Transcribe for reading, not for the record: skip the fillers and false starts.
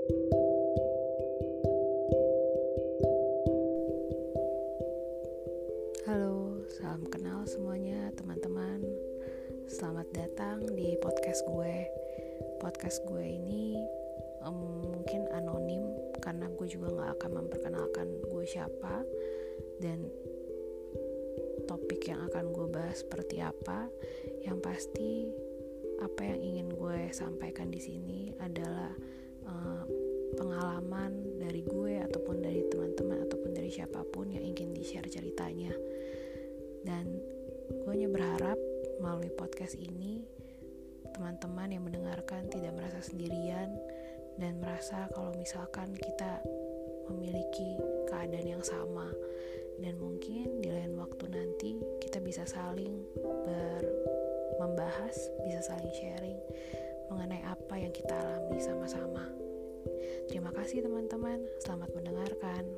Halo, salam kenal semuanya teman-teman. Selamat datang di podcast gue. Podcast gue ini mungkin anonim karena gue juga gak akan memperkenalkan gue siapa dan topik yang akan gue bahas seperti apa. Yang pasti apa yang ingin gue sampaikan di sini adalah pengalaman dari gue ataupun dari teman-teman ataupun dari siapapun yang ingin di-share ceritanya. Dan gue hanya berharap melalui podcast ini teman-teman yang mendengarkan tidak merasa sendirian dan merasa kalau misalkan kita memiliki keadaan yang sama, dan mungkin di lain waktu nanti kita bisa saling membahas, bisa saling sharing mengenai apa yang kita alami sama-sama. Terima kasih teman-teman, selamat mendengarkan.